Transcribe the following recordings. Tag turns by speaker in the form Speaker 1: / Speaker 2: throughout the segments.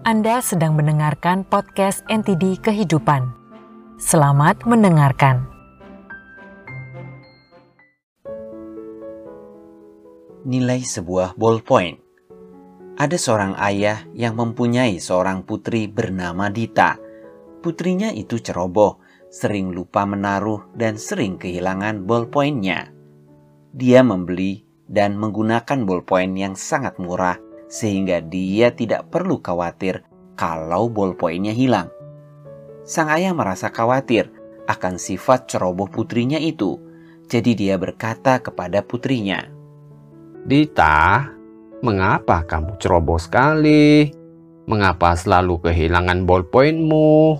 Speaker 1: Anda sedang mendengarkan podcast NTD Kehidupan. Selamat mendengarkan.
Speaker 2: Nilai sebuah ballpoint. Ada seorang ayah yang mempunyai seorang putri bernama Dita. Putrinya itu ceroboh, sering lupa menaruh dan sering kehilangan ballpointnya. Dia membeli dan menggunakan ballpoint yang sangat murah sehingga dia tidak perlu khawatir kalau ballpointnya hilang. Sang ayah merasa khawatir akan sifat ceroboh putrinya itu. Jadi dia berkata kepada putrinya,
Speaker 3: Dita, mengapa kamu ceroboh sekali? Mengapa selalu kehilangan ballpointmu?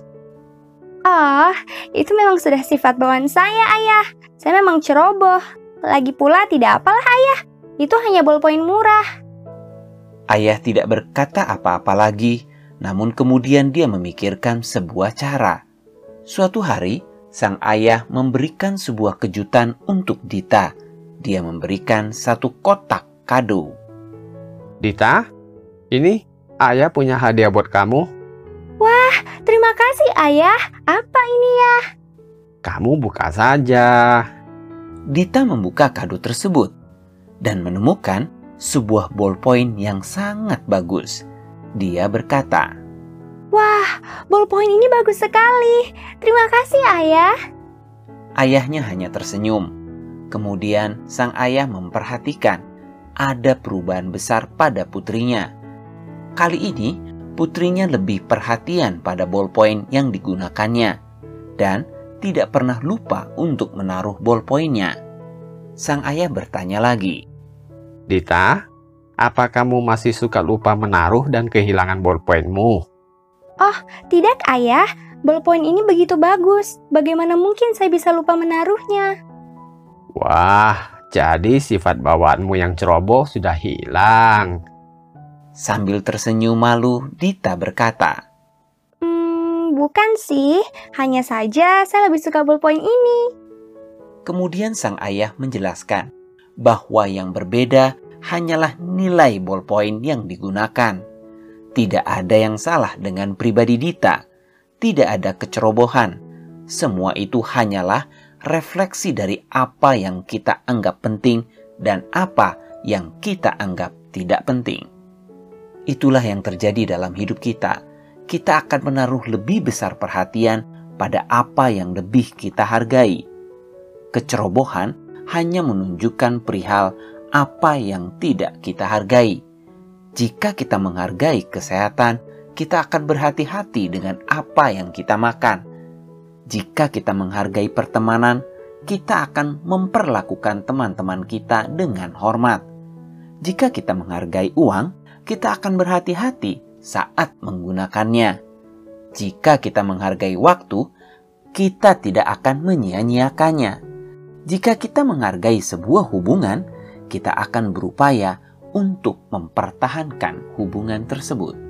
Speaker 4: Oh, itu memang sudah sifat bawaan saya, Ayah. Saya memang ceroboh. Lagi pula tidak apalah, Ayah. Itu hanya ballpoint murah.
Speaker 2: Ayah tidak berkata apa-apa lagi, namun kemudian dia memikirkan sebuah cara. Suatu hari, sang ayah memberikan sebuah kejutan untuk Dita. Dia memberikan satu kotak kado.
Speaker 3: Dita, ini ayah punya hadiah buat kamu.
Speaker 4: Wah, terima kasih, Ayah. Apa ini ya?
Speaker 3: Kamu buka saja.
Speaker 2: Dita membuka kado tersebut dan menemukan sebuah ballpoint yang sangat bagus. Dia berkata,
Speaker 4: Wah, ballpoint ini bagus sekali. Terima kasih, Ayah.
Speaker 2: Ayahnya hanya tersenyum. Kemudian sang ayah memperhatikan ada perubahan besar pada putrinya. Kali ini putrinya lebih perhatian pada ballpoint yang digunakannya dan tidak pernah lupa untuk menaruh ballpointnya. Sang ayah bertanya lagi,
Speaker 3: Dita, apa kamu masih suka lupa menaruh dan kehilangan ballpointmu?
Speaker 4: Oh, tidak, Ayah. Ballpoint ini begitu bagus. Bagaimana mungkin saya bisa lupa menaruhnya?
Speaker 3: Wah, jadi sifat bawaanmu yang ceroboh sudah hilang.
Speaker 2: Sambil tersenyum malu, Dita berkata,
Speaker 4: Bukan sih. Hanya saja saya lebih suka ballpoint ini.
Speaker 2: Kemudian sang ayah menjelaskan bahwa yang berbeda hanyalah nilai ballpoint yang digunakan. Tidak ada yang salah dengan pribadi Dita. Tidak ada kecerobohan. Semua itu hanyalah refleksi dari apa yang kita anggap penting dan apa yang kita anggap tidak penting. Itulah yang terjadi dalam hidup kita. Kita akan menaruh lebih besar perhatian pada apa yang lebih kita hargai. Kecerobohan hanya menunjukkan perihal apa yang tidak kita hargai. Jika kita menghargai kesehatan, kita akan berhati-hati dengan apa yang kita makan. Jika kita menghargai pertemanan, kita akan memperlakukan teman-teman kita dengan hormat. Jika kita menghargai uang, kita akan berhati-hati saat menggunakannya. Jika kita menghargai waktu, kita tidak akan menyia-nyiakannya. Jika kita menghargai sebuah hubungan, kita akan berupaya untuk mempertahankan hubungan tersebut.